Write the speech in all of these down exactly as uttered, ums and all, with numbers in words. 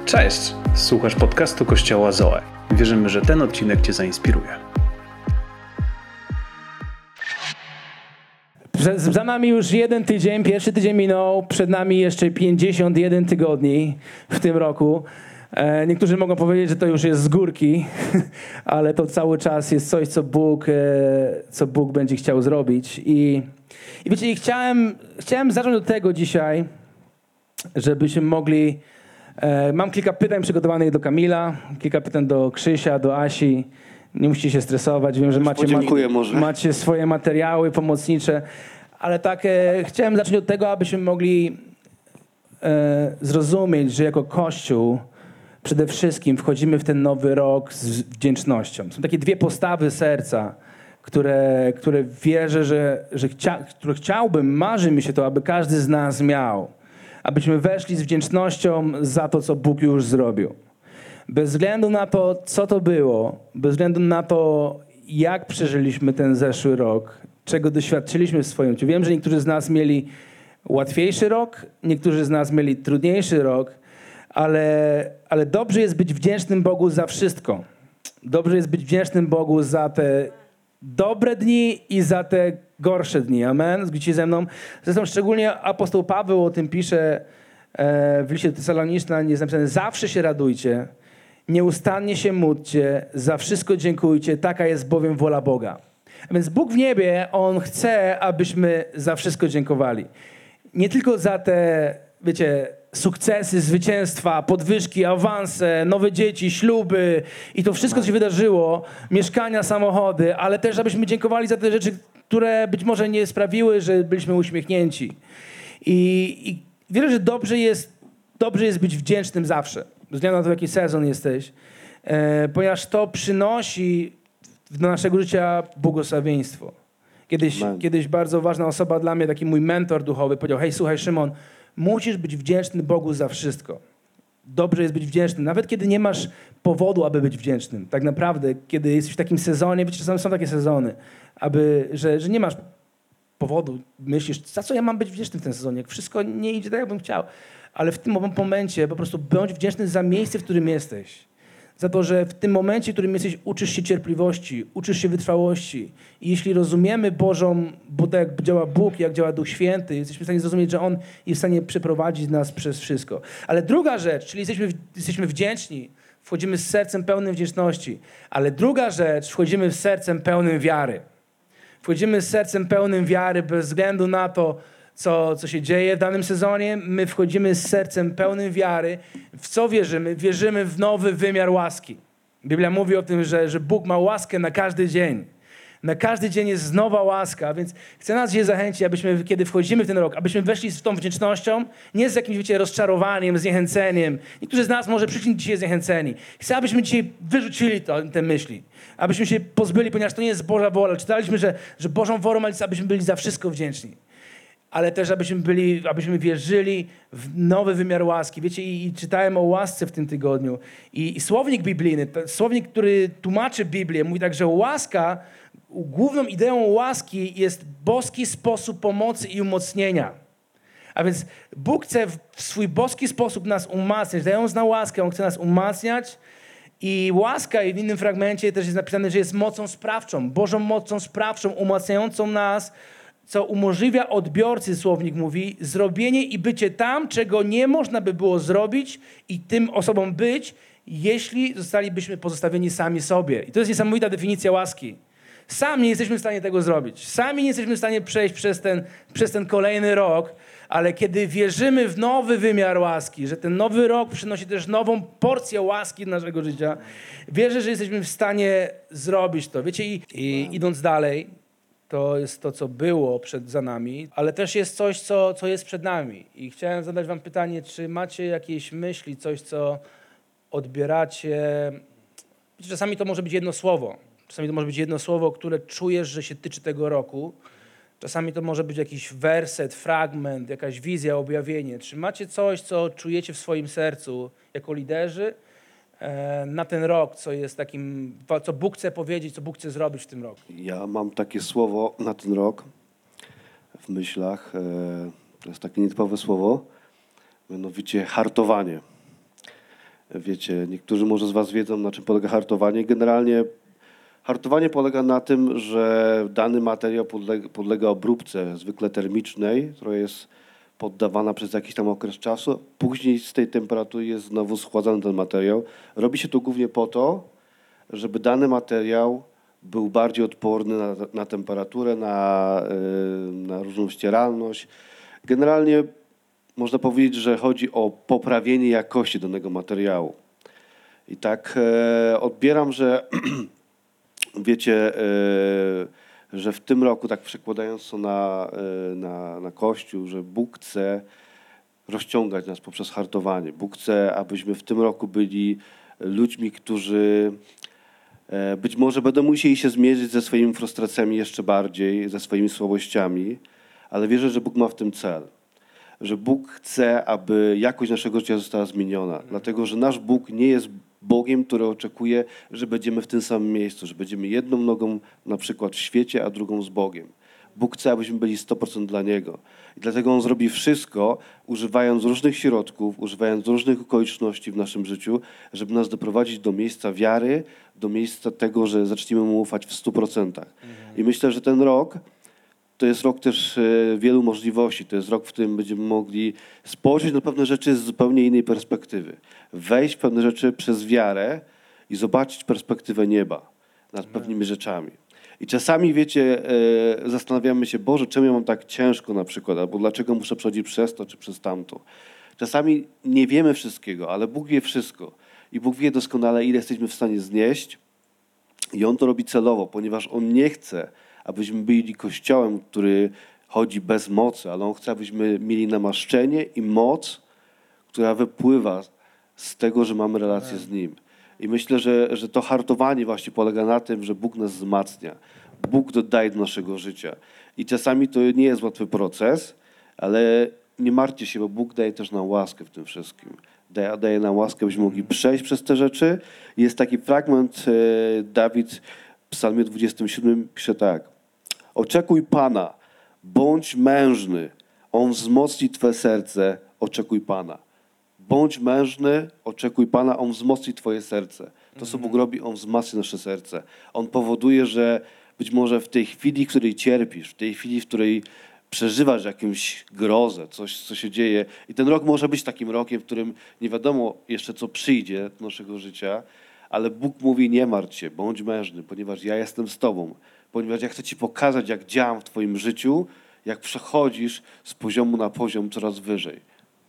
Cześć! Słuchasz podcastu Kościoła Zoe. Wierzymy, że ten odcinek Cię zainspiruje. Za nami już jeden tydzień, pierwszy tydzień minął, przed nami jeszcze pięćdziesiąt jeden tygodni w tym roku. E, niektórzy mogą powiedzieć, że to już jest z górki, ale to cały czas jest coś, co Bóg, e, co Bóg będzie chciał zrobić. I, i wiecie, i chciałem, chciałem zacząć od tego dzisiaj, żebyśmy mogli... E, mam kilka pytań przygotowanych do Kamila, kilka pytań do Krzysia, do Asi. Nie musicie się stresować, wiem, że macie, ma, macie swoje materiały pomocnicze, ale tak e, chciałem zacząć od tego, abyśmy mogli e, zrozumieć, że jako Kościół przede wszystkim wchodzimy w ten nowy rok z wdzięcznością. Są takie dwie postawy serca, które, które wierzę, że, że chcia, które chciałbym, marzy mi się to, aby każdy z nas miał. Abyśmy weszli z wdzięcznością za to, co Bóg już zrobił. Bez względu na to, co to było, bez względu na to, jak przeżyliśmy ten zeszły rok, czego doświadczyliśmy w swoim życiu. Wiem, że niektórzy z nas mieli łatwiejszy rok, niektórzy z nas mieli trudniejszy rok, ale, ale dobrze jest być wdzięcznym Bogu za wszystko. Dobrze jest być wdzięcznym Bogu za te dobre dni i za te gorsze dni. Amen? Zgodzicie ze mną? Zresztą szczególnie apostoł Paweł o tym pisze e, w liście do Tesaloniczan, jest napisane: zawsze się radujcie, nieustannie się módlcie, za wszystko dziękujcie, taka jest bowiem wola Boga. A więc Bóg w niebie, On chce, abyśmy za wszystko dziękowali. Nie tylko za te, wiecie, sukcesy, zwycięstwa, podwyżki, awanse, nowe dzieci, śluby i to wszystko, co się wydarzyło, mieszkania, samochody, ale też, abyśmy dziękowali za te rzeczy, które być może nie sprawiły, że byliśmy uśmiechnięci. I, i wierzę, że dobrze jest, dobrze jest być wdzięcznym zawsze, bez względu na to, jaki sezon jesteś, e, ponieważ to przynosi do naszego życia błogosławieństwo. Kiedyś, kiedyś bardzo ważna osoba dla mnie, taki mój mentor duchowy, powiedział: hej, słuchaj, Szymon, musisz być wdzięczny Bogu za wszystko. Dobrze jest być wdzięcznym, nawet kiedy nie masz powodu, aby być wdzięcznym. Tak naprawdę, kiedy jesteś w takim sezonie, wiecie, czasami są takie sezony, aby, że, że nie masz powodu, myślisz, za co ja mam być wdzięczny w tym sezonie, jak wszystko nie idzie tak, jakbym chciał. Ale w tym momencie po prostu bądź wdzięczny za miejsce, w którym jesteś. Za to, że w tym momencie, w którym jesteś, uczysz się cierpliwości, uczysz się wytrwałości. I jeśli rozumiemy Bożą, bo tak jak działa Bóg, jak działa Duch Święty, jesteśmy w stanie zrozumieć, że On jest w stanie przeprowadzić nas przez wszystko. Ale druga rzecz, czyli jesteśmy, jesteśmy wdzięczni, wchodzimy z sercem pełnym wdzięczności. Ale druga rzecz, wchodzimy z sercem pełnym wiary. Wchodzimy z sercem pełnym wiary bez względu na to, Co, co się dzieje w danym sezonie. My wchodzimy z sercem pełnym wiary. W co wierzymy? Wierzymy w nowy wymiar łaski. Biblia mówi o tym, że, że Bóg ma łaskę na każdy dzień. Na każdy dzień jest nowa łaska, więc chcę nas dzisiaj zachęcić, abyśmy, kiedy wchodzimy w ten rok, abyśmy weszli z tą wdzięcznością, nie z jakimś, wiecie, rozczarowaniem, zniechęceniem. Niektórzy z nas może przyszli dzisiaj zniechęceni. Chcę, abyśmy dzisiaj wyrzucili to, te myśli. Abyśmy się pozbyli, ponieważ to nie jest Boża wola. Czytaliśmy, że, że Bożą wolą jest, abyśmy byli za wszystko wdzięczni. Ale też abyśmy byli, abyśmy wierzyli w nowy wymiar łaski. Wiecie, i, i czytałem o łasce w tym tygodniu. I, i słownik biblijny, słownik, który tłumaczy Biblię, mówi tak, że łaska, główną ideą łaski jest boski sposób pomocy i umocnienia. A więc Bóg chce w swój boski sposób nas umacniać, dając na łaskę, On chce nas umacniać. I łaska, i w innym fragmencie też jest napisane, że jest mocą sprawczą, Bożą mocą sprawczą, umacniającą nas, co umożliwia odbiorcy, słownik mówi, zrobienie i bycie tam, czego nie można by było zrobić i tym osobom być, jeśli zostalibyśmy pozostawieni sami sobie. I to jest niesamowita definicja łaski. Sami nie jesteśmy w stanie tego zrobić. Sami nie jesteśmy w stanie przejść przez ten, przez ten kolejny rok, ale kiedy wierzymy w nowy wymiar łaski, że ten nowy rok przynosi też nową porcję łaski do naszego życia, wierzę, że jesteśmy w stanie zrobić to. Wiecie, i, i idąc dalej, to jest to, co było przed, za nami, ale też jest coś, co, co jest przed nami. I chciałem zadać wam pytanie, czy macie jakieś myśli, coś, co odbieracie. Czasami to może być jedno słowo. Czasami to może być jedno słowo, które czujesz, że się tyczy tego roku. Czasami to może być jakiś werset, fragment, jakaś wizja, objawienie. Czy macie coś, co czujecie w swoim sercu jako liderzy na ten rok, co jest takim, co Bóg chce powiedzieć, co Bóg chce zrobić w tym roku? Ja mam takie słowo na ten rok w myślach. To jest takie nietypowe słowo, mianowicie hartowanie. Wiecie, niektórzy może z was wiedzą, na czym polega hartowanie. Generalnie hartowanie polega na tym, że dany materiał podlega, podlega obróbce, zwykle termicznej, która jest poddawana przez jakiś tam okres czasu. Później z tej temperatury jest znowu schładzany ten materiał. Robi się to głównie po to, żeby dany materiał był bardziej odporny na, na temperaturę, na, yy, na różną ścieralność. Generalnie można powiedzieć, że chodzi o poprawienie jakości danego materiału. I tak e, odbieram, że wiecie, e, że w tym roku, tak przekładając to na, e, na, na Kościół, że Bóg chce rozciągać nas poprzez hartowanie. Bóg chce, abyśmy w tym roku byli ludźmi, którzy e, być może będą musieli się zmierzyć ze swoimi frustracjami jeszcze bardziej, ze swoimi słabościami, ale wierzę, że Bóg ma w tym cel. Że Bóg chce, aby jakość naszego życia została zmieniona. Mhm. Dlatego, że nasz Bóg nie jest Bogiem, który oczekuje, że będziemy w tym samym miejscu, że będziemy jedną nogą na przykład w świecie, a drugą z Bogiem. Bóg chce, abyśmy byli sto procent dla Niego. I dlatego On zrobi wszystko, używając różnych środków, używając różnych okoliczności w naszym życiu, żeby nas doprowadzić do miejsca wiary, do miejsca tego, że zaczniemy Mu ufać w stu procentach. Mhm. I myślę, że ten rok to jest rok też wielu możliwości. To jest rok, w którym będziemy mogli spojrzeć na pewne rzeczy z zupełnie innej perspektywy. Wejść w pewne rzeczy przez wiarę i zobaczyć perspektywę nieba nad pewnymi rzeczami. I czasami, wiecie, zastanawiamy się, Boże, czemu ja mam tak ciężko na przykład, albo dlaczego muszę przechodzić przez to czy przez tamto. Czasami nie wiemy wszystkiego, ale Bóg wie wszystko. I Bóg wie doskonale, ile jesteśmy w stanie znieść. I On to robi celowo, ponieważ On nie chce, abyśmy byli Kościołem, który chodzi bez mocy, ale On chce, abyśmy mieli namaszczenie i moc, która wypływa z tego, że mamy relację z Nim. I myślę, że, że to hartowanie właśnie polega na tym, że Bóg nas wzmacnia. Bóg dodaje do naszego życia. I czasami to nie jest łatwy proces, ale nie martwcie się, bo Bóg daje też nam łaskę w tym wszystkim. Daje, daje nam łaskę, byśmy mogli przejść przez te rzeczy. Jest taki fragment, e, Dawid w psalmie dwudziestym siódmym pisze tak. Oczekuj Pana, bądź mężny, On wzmocni Twe serce, oczekuj Pana. Bądź mężny, oczekuj Pana, On wzmocni Twoje serce. To, co Bóg robi, On wzmacnia nasze serce. On powoduje, że być może w tej chwili, w której cierpisz, w tej chwili, w której przeżywasz jakąś grozę, coś, co się dzieje. I ten rok może być takim rokiem, w którym nie wiadomo jeszcze, co przyjdzie do naszego życia, ale Bóg mówi, nie martw się, bądź mężny, ponieważ ja jestem z Tobą. Ponieważ ja chcę Ci pokazać, jak działam w Twoim życiu, jak przechodzisz z poziomu na poziom coraz wyżej.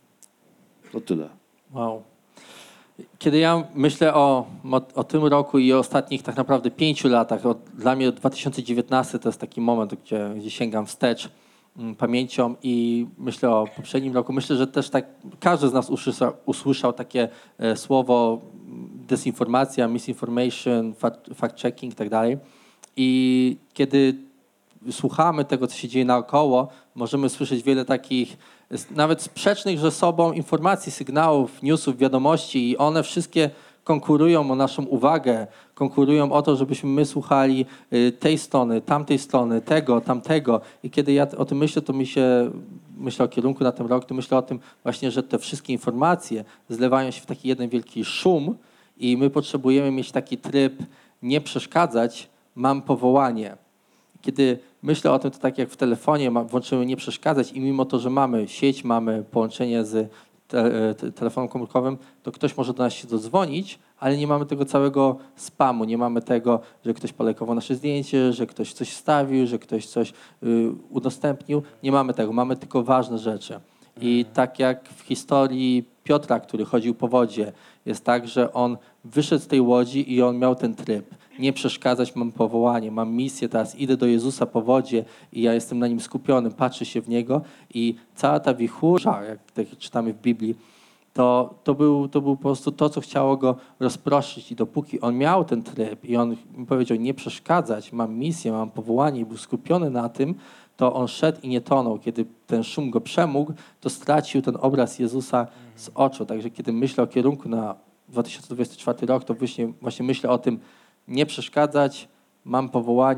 To tyle. Wow. Kiedy ja myślę o, o, o tym roku i o ostatnich tak naprawdę pięciu latach, od, dla mnie dwa tysiące dziewiętnasty to jest taki moment, gdzie, gdzie sięgam wstecz mm, pamięcią i myślę o poprzednim roku. Myślę, że też tak każdy z nas usłyszał, usłyszał takie e, słowo dezinformacja, misinformation, fact, fact-checking i tak dalej. I kiedy słuchamy tego, co się dzieje naokoło, możemy słyszeć wiele takich nawet sprzecznych ze sobą informacji, sygnałów, newsów, wiadomości i one wszystkie konkurują o naszą uwagę, konkurują o to, żebyśmy my słuchali tej strony, tamtej strony, tego, tamtego. I kiedy ja o tym myślę, to mi się, myślę o kierunku na ten rok, to myślę o tym właśnie, że te wszystkie informacje zlewają się w taki jeden wielki szum i my potrzebujemy mieć taki tryb nie przeszkadzać, mam powołanie. Kiedy myślę o tym, to tak jak w telefonie włączymy nie przeszkadzać i mimo to, że mamy sieć, mamy połączenie z te, te, telefonem komórkowym, to ktoś może do nas się dodzwonić, ale nie mamy tego całego spamu, nie mamy tego, że ktoś polajkował nasze zdjęcie, że ktoś coś wstawił, że ktoś coś y, udostępnił. Nie mamy tego, mamy tylko ważne rzeczy. I tak jak w historii Piotra, który chodził po wodzie, jest tak, że on wyszedł z tej łodzi i on miał ten tryb. Nie przeszkadzać, mam powołanie, mam misję, teraz idę do Jezusa po wodzie i ja jestem na Nim skupiony, patrzę się w Niego i cała ta wichura, jak tak czytamy w Biblii, to, to, był, to był po prostu to, co chciało Go rozproszyć i dopóki on miał ten tryb i on powiedział nie przeszkadzać, mam misję, mam powołanie i był skupiony na tym, to on szedł i nie tonął. Kiedy ten szum go przemógł, to stracił ten obraz Jezusa z oczu. Także kiedy myślę o kierunku na dwa tysiące dwudziesty czwarty rok, to właśnie, właśnie myślę o tym, nie przeszkadzać, mam powołanie,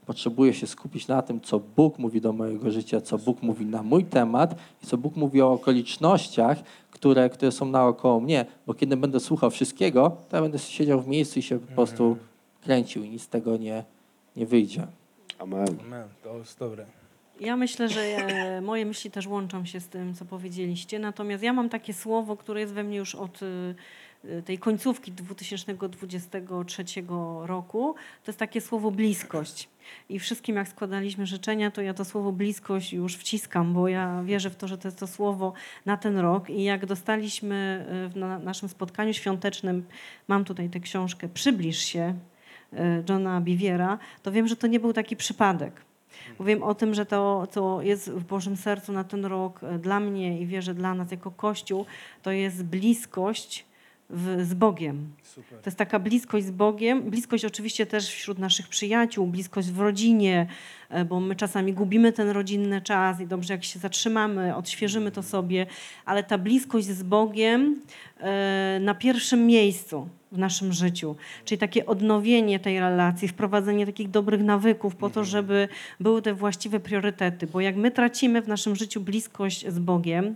Potrzebuję się skupić na tym, co Bóg mówi do mojego życia, co Bóg mówi na mój temat i co Bóg mówi o okolicznościach, które, które są naokoło mnie. Bo kiedy będę słuchał wszystkiego, to ja będę siedział w miejscu i się po prostu kręcił i nic z tego nie, nie wyjdzie. Amen. Amen. To jest dobre. Ja myślę, że e, moje myśli też łączą się z tym, co powiedzieliście. Natomiast ja mam takie słowo, które jest we mnie już od e, tej końcówki dwa tysiące dwudziestego trzeciego roku. To jest takie słowo bliskość. I wszystkim, jak składaliśmy życzenia, to ja to słowo bliskość już wciskam, bo ja wierzę w to, że to jest to słowo na ten rok. I jak dostaliśmy w na naszym spotkaniu świątecznym, mam tutaj tę książkę Przybliż się e, Johna Bevere'a, to wiem, że to nie był taki przypadek. Mówię o tym, że to, co jest w Bożym sercu na ten rok dla mnie i wierzę dla nas jako Kościół, to jest bliskość w, z Bogiem. Super. To jest taka bliskość z Bogiem, bliskość oczywiście też wśród naszych przyjaciół, bliskość w rodzinie, bo my czasami gubimy ten rodzinny czas i dobrze jak się zatrzymamy, odświeżymy to sobie, ale ta bliskość z Bogiem e, na pierwszym miejscu w naszym życiu, czyli takie odnowienie tej relacji, wprowadzenie takich dobrych nawyków po to, żeby były te właściwe priorytety, bo jak my tracimy w naszym życiu bliskość z Bogiem,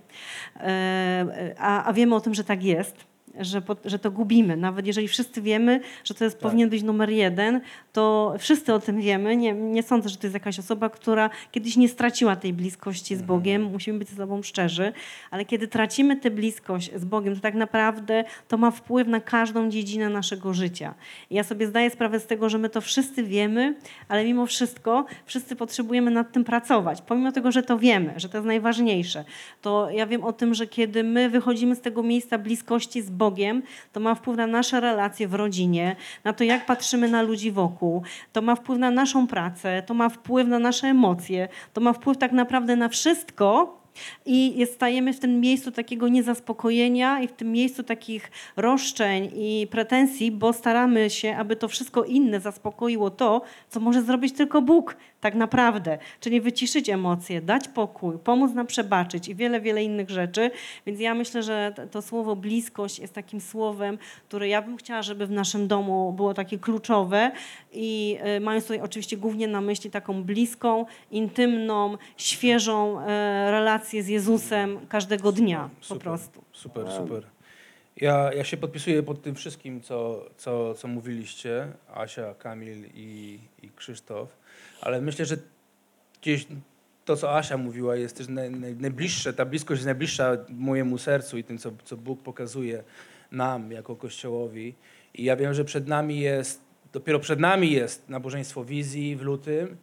e, a, a wiemy o tym, że tak jest, Że, po, że to gubimy. Nawet jeżeli wszyscy wiemy, że to jest, tak. powinien być numer jeden, to wszyscy o tym wiemy. Nie, nie sądzę, że to jest jakaś osoba, która kiedyś nie straciła tej bliskości z Bogiem. Musimy być ze sobą szczerzy. Ale kiedy tracimy tę bliskość z Bogiem, to tak naprawdę to ma wpływ na każdą dziedzinę naszego życia. I ja sobie zdaję sprawę z tego, że my to wszyscy wiemy, ale mimo wszystko wszyscy potrzebujemy nad tym pracować. Pomimo tego, że to wiemy, że to jest najważniejsze, to ja wiem o tym, że kiedy my wychodzimy z tego miejsca bliskości z Bogiem, Bogiem, to ma wpływ na nasze relacje w rodzinie, na to, jak patrzymy na ludzi wokół, to ma wpływ na naszą pracę, to ma wpływ na nasze emocje, to ma wpływ tak naprawdę na wszystko i stajemy w tym miejscu takiego niezaspokojenia i w tym miejscu takich roszczeń i pretensji, bo staramy się, aby to wszystko inne zaspokoiło to, co może zrobić tylko Bóg tak naprawdę, czyli wyciszyć emocje, dać pokój, pomóc nam przebaczyć i wiele, wiele innych rzeczy. Więc ja myślę, że to słowo bliskość jest takim słowem, które ja bym chciała, żeby w naszym domu było takie kluczowe i mając tutaj oczywiście głównie na myśli taką bliską, intymną, świeżą relację z Jezusem każdego dnia Super, po prostu. Super, super. Ja, ja się podpisuję pod tym wszystkim, co, co, co mówiliście, Asia, Kamil i, i Krzysztof, ale myślę, że gdzieś to, co Asia mówiła, jest też naj, naj, najbliższe, ta bliskość jest najbliższa mojemu sercu i tym, co, co Bóg pokazuje nam jako Kościołowi. I ja wiem, że przed nami jest, dopiero przed nami jest nabożeństwo wizji w lutym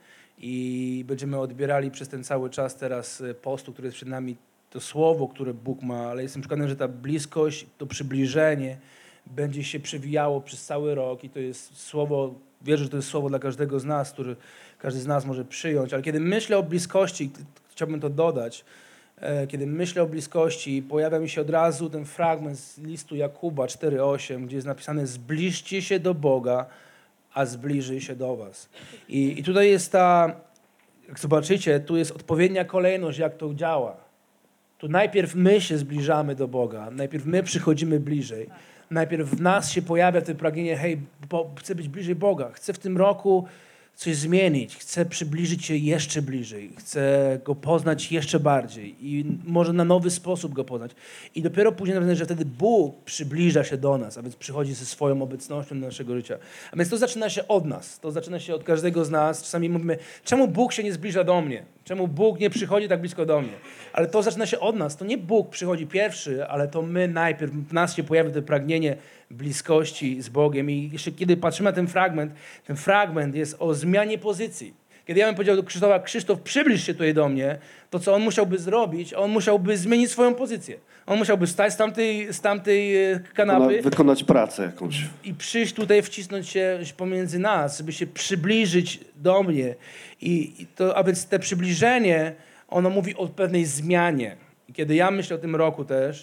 i będziemy odbierali przez ten cały czas teraz postu, który jest przed nami, to słowo, które Bóg ma, ale jestem przekonany, że ta bliskość, to przybliżenie będzie się przewijało przez cały rok i to jest słowo, wierzę, że to jest słowo dla każdego z nas, który każdy z nas może przyjąć, ale kiedy myślę o bliskości, chciałbym to dodać, kiedy myślę o bliskości, pojawia mi się od razu ten fragment z listu Jakuba cztery osiem, gdzie jest napisane: zbliżcie się do Boga, a zbliży się do was. I, i tutaj jest ta, jak zobaczycie, tu jest odpowiednia kolejność, jak to działa. Tu najpierw my się zbliżamy do Boga, najpierw my przychodzimy bliżej, najpierw w nas się pojawia to pragnienie, hej, bo chcę być bliżej Boga, chcę w tym roku coś zmienić, chcę przybliżyć się jeszcze bliżej, chcę Go poznać jeszcze bardziej i może na nowy sposób Go poznać. I dopiero później napisane, że wtedy Bóg przybliża się do nas, a więc przychodzi ze swoją obecnością do naszego życia. A więc to zaczyna się od nas, to zaczyna się od każdego z nas. Czasami mówimy, czemu Bóg się nie zbliża do mnie? Czemu Bóg nie przychodzi tak blisko do mnie? Ale to zaczyna się od nas. To nie Bóg przychodzi pierwszy, ale to my najpierw, w nas się pojawia to pragnienie bliskości z Bogiem. I jeszcze kiedy patrzymy na ten fragment, ten fragment jest o zmianie pozycji. Kiedy ja bym powiedział do Krzysztofa, Krzysztof, przybliż się tutaj do mnie, to co on musiałby zrobić? On musiałby zmienić swoją pozycję. On musiałby wstać z tamtej, z tamtej kanapy. Wykonać pracę jakąś. I przyjść tutaj, wcisnąć się pomiędzy nas, żeby się przybliżyć do mnie. I, i to, a więc te przybliżenie, ono mówi o pewnej zmianie. I kiedy ja myślę o tym roku też,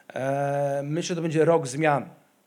e, myślę, że to będzie rok zmian.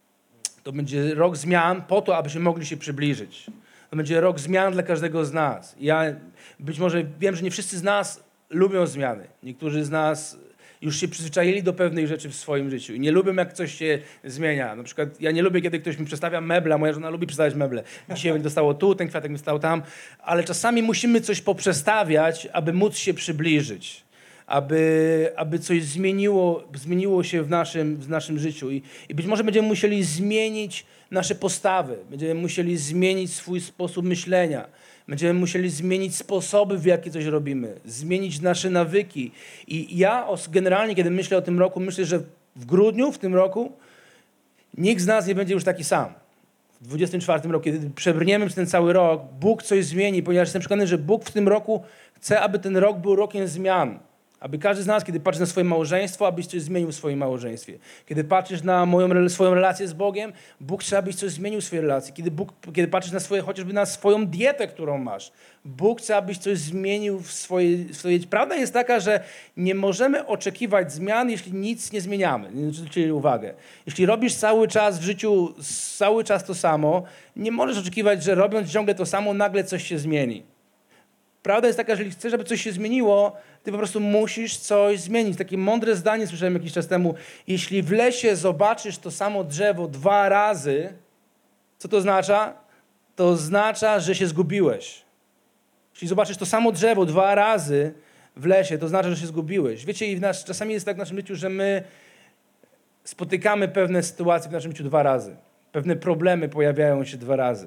To będzie rok zmian po to, abyśmy mogli się przybliżyć. To będzie rok zmian dla każdego z nas. Ja być może wiem, że nie wszyscy z nas lubią zmiany. Niektórzy z nas już się przyzwyczaili do pewnych rzeczy w swoim życiu i nie lubią, jak coś się zmienia. Na przykład ja nie lubię, kiedy ktoś mi przestawia meble, moja żona lubi przestawiać meble. Dzisiaj będzie dostało tu, ten kwiatek mi stał tam, ale czasami musimy coś poprzestawiać, aby móc się przybliżyć. Aby, aby coś zmieniło, zmieniło się w naszym, w naszym życiu. I, I być może będziemy musieli zmienić nasze postawy, będziemy musieli zmienić swój sposób myślenia, będziemy musieli zmienić sposoby, w jaki coś robimy, zmienić nasze nawyki. I ja os- generalnie, kiedy myślę o tym roku, myślę, że w grudniu, w tym roku, nikt z nas nie będzie już taki sam. W dwudziestym czwartym roku, kiedy przebrniemy przez ten cały rok, Bóg coś zmieni, ponieważ jestem przekonany, że Bóg w tym roku chce, aby ten rok był rokiem zmian. Aby każdy z nas, kiedy patrzy na swoje małżeństwo, abyś coś zmienił w swoim małżeństwie. Kiedy patrzysz na moją, swoją relację z Bogiem, Bóg chce, abyś coś zmienił w swojej relacji. Kiedy, Bóg, kiedy patrzysz na swoje, chociażby na swoją dietę, którą masz, Bóg chce, abyś coś zmienił w swojej, w swojej... Prawda jest taka, że nie możemy oczekiwać zmian, jeśli nic nie zmieniamy. Nie zwróćcie uwagę. Jeśli robisz cały czas w życiu cały czas to samo, nie możesz oczekiwać, że robiąc ciągle to samo, nagle coś się zmieni. Prawda jest taka, że jeżeli chcesz, żeby coś się zmieniło, ty po prostu musisz coś zmienić. Takie mądre zdanie słyszałem jakiś czas temu. Jeśli w lesie zobaczysz to samo drzewo dwa razy, co to oznacza? To oznacza, że się zgubiłeś. Jeśli zobaczysz to samo drzewo dwa razy w lesie, to oznacza, że się zgubiłeś. Wiecie, i w nas, czasami jest tak w naszym życiu, że my spotykamy pewne sytuacje w naszym życiu dwa razy. Pewne problemy pojawiają się dwa razy.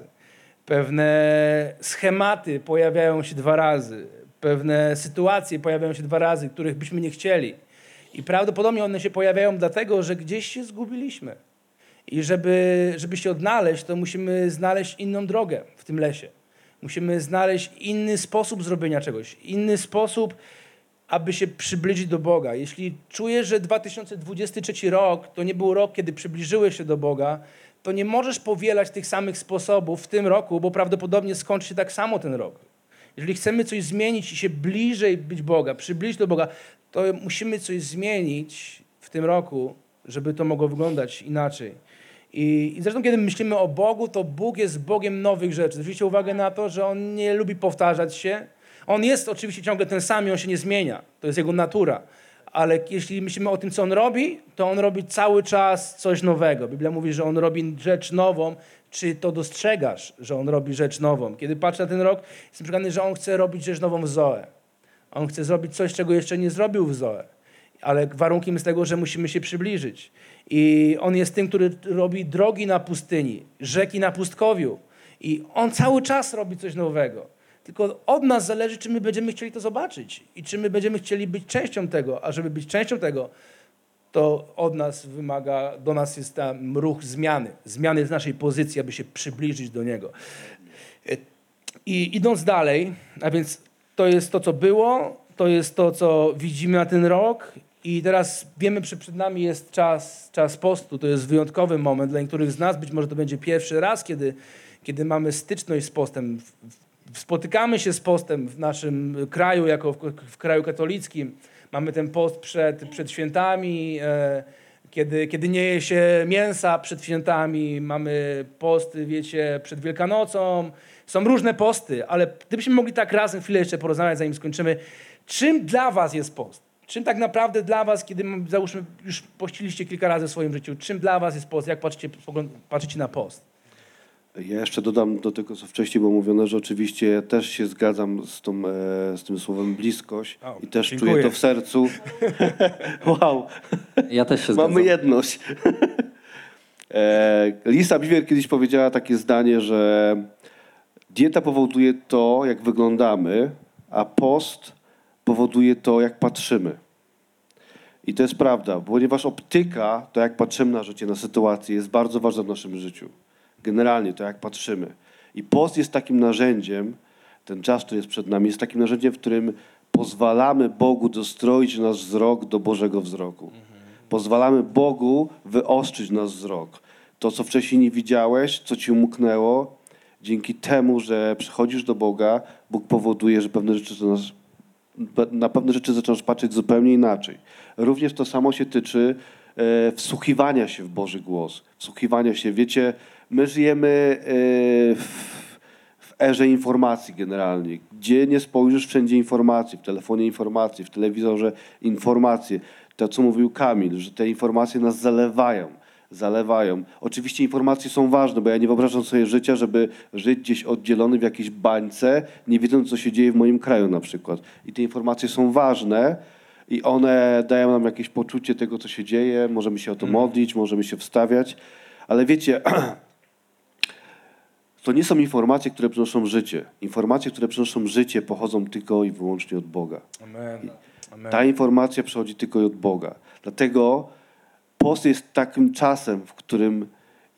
Pewne schematy pojawiają się dwa razy. Pewne sytuacje pojawiają się dwa razy, których byśmy nie chcieli. I prawdopodobnie one się pojawiają dlatego, że gdzieś się zgubiliśmy. I żeby, żeby się odnaleźć, to musimy znaleźć inną drogę w tym lesie. Musimy znaleźć inny sposób zrobienia czegoś. Inny sposób, aby się przybliżyć do Boga. Jeśli czujesz, że dwa tysiące dwudziesty trzeci rok to nie był rok, kiedy przybliżyłeś się do Boga, to nie możesz powielać tych samych sposobów w tym roku, bo prawdopodobnie skończy się tak samo ten rok. Jeżeli chcemy coś zmienić i się bliżej być Boga, przybliżyć do Boga, to musimy coś zmienić w tym roku, żeby to mogło wyglądać inaczej. I, i zresztą, kiedy myślimy o Bogu, to Bóg jest Bogiem nowych rzeczy. Zwróćcie uwagę na to, że On nie lubi powtarzać się. On jest oczywiście ciągle ten sam i On się nie zmienia. To jest Jego natura. Ale jeśli myślimy o tym, co On robi, to On robi cały czas coś nowego. Biblia mówi, że On robi rzecz nową. Czy to dostrzegasz, że On robi rzecz nową? Kiedy patrzę na ten rok, jestem przekonany, że On chce robić rzecz nową w Zoe. On chce zrobić coś, czego jeszcze nie zrobił w Zoe. Ale warunkiem jest tego, że musimy się przybliżyć. I On jest tym, który robi drogi na pustyni, rzeki na pustkowiu. I On cały czas robi coś nowego. Tylko od nas zależy, czy my będziemy chcieli to zobaczyć i czy my będziemy chcieli być częścią tego. A żeby być częścią tego, to od nas wymaga, do nas jest tam ruch zmiany. Zmiany z naszej pozycji, aby się przybliżyć do Niego. I idąc dalej, a więc to jest to, co było, to jest to, co widzimy na ten rok i teraz wiemy, że przed nami jest czas, czas postu. To jest wyjątkowy moment dla niektórych z nas. Być może to będzie pierwszy raz, kiedy, kiedy mamy styczność z postem. Spotykamy się z postem w naszym kraju, jako w, w kraju katolickim. Mamy ten post przed, przed świętami, e, kiedy, kiedy nie je się mięsa przed świętami. Mamy posty, wiecie, przed Wielkanocą. Są różne posty, ale gdybyśmy mogli tak razem chwilę jeszcze porozmawiać, zanim skończymy. Czym dla was jest post? Czym tak naprawdę dla was, kiedy załóżmy już pościliście kilka razy w swoim życiu, czym dla was jest post? Jak patrzycie, patrzycie na post? Ja jeszcze dodam do tego, co wcześniej było mówione, że oczywiście ja też się zgadzam z, tą, e, z tym słowem bliskość O, i też dziękuję. czuję to w sercu. Wow, Ja też się zgadzam. mamy jedność. e, Lisa Biwier kiedyś powiedziała takie zdanie, że dieta powoduje to, jak wyglądamy, a post powoduje to, jak patrzymy. I to jest prawda, ponieważ optyka, to jak patrzymy na życie, na sytuację, jest bardzo ważna w naszym życiu. Generalnie to jak patrzymy. I post jest takim narzędziem, ten czas, który jest przed nami, jest takim narzędziem, w którym pozwalamy Bogu dostroić nasz wzrok do Bożego wzroku. Mhm. Pozwalamy Bogu wyostrzyć nasz wzrok. To, co wcześniej nie widziałeś, co ci umknęło, dzięki temu, że przychodzisz do Boga, Bóg powoduje, że pewne rzeczy do nas, na pewne rzeczy zaczynasz patrzeć zupełnie inaczej. Również to samo się tyczy e, wsłuchiwania się w Boży głos. Wsłuchiwania się, wiecie, my żyjemy e, w, w erze informacji generalnie. Gdzie nie spojrzysz, wszędzie informacje. W telefonie informacje, w telewizorze informacje. To, co mówił Kamil, że te informacje nas zalewają. Zalewają. Oczywiście informacje są ważne, bo ja nie wyobrażam sobie życia, żeby żyć gdzieś oddzielony w jakiejś bańce, nie wiedząc, co się dzieje w moim kraju na przykład. I te informacje są ważne i one dają nam jakieś poczucie tego, co się dzieje. Możemy się o to modlić, możemy się wstawiać. Ale wiecie, to nie są informacje, które przynoszą życie. Informacje, które przynoszą życie, pochodzą tylko i wyłącznie od Boga. Amen. Amen. Ta informacja przychodzi tylko i od Boga. Dlatego post jest takim czasem, w którym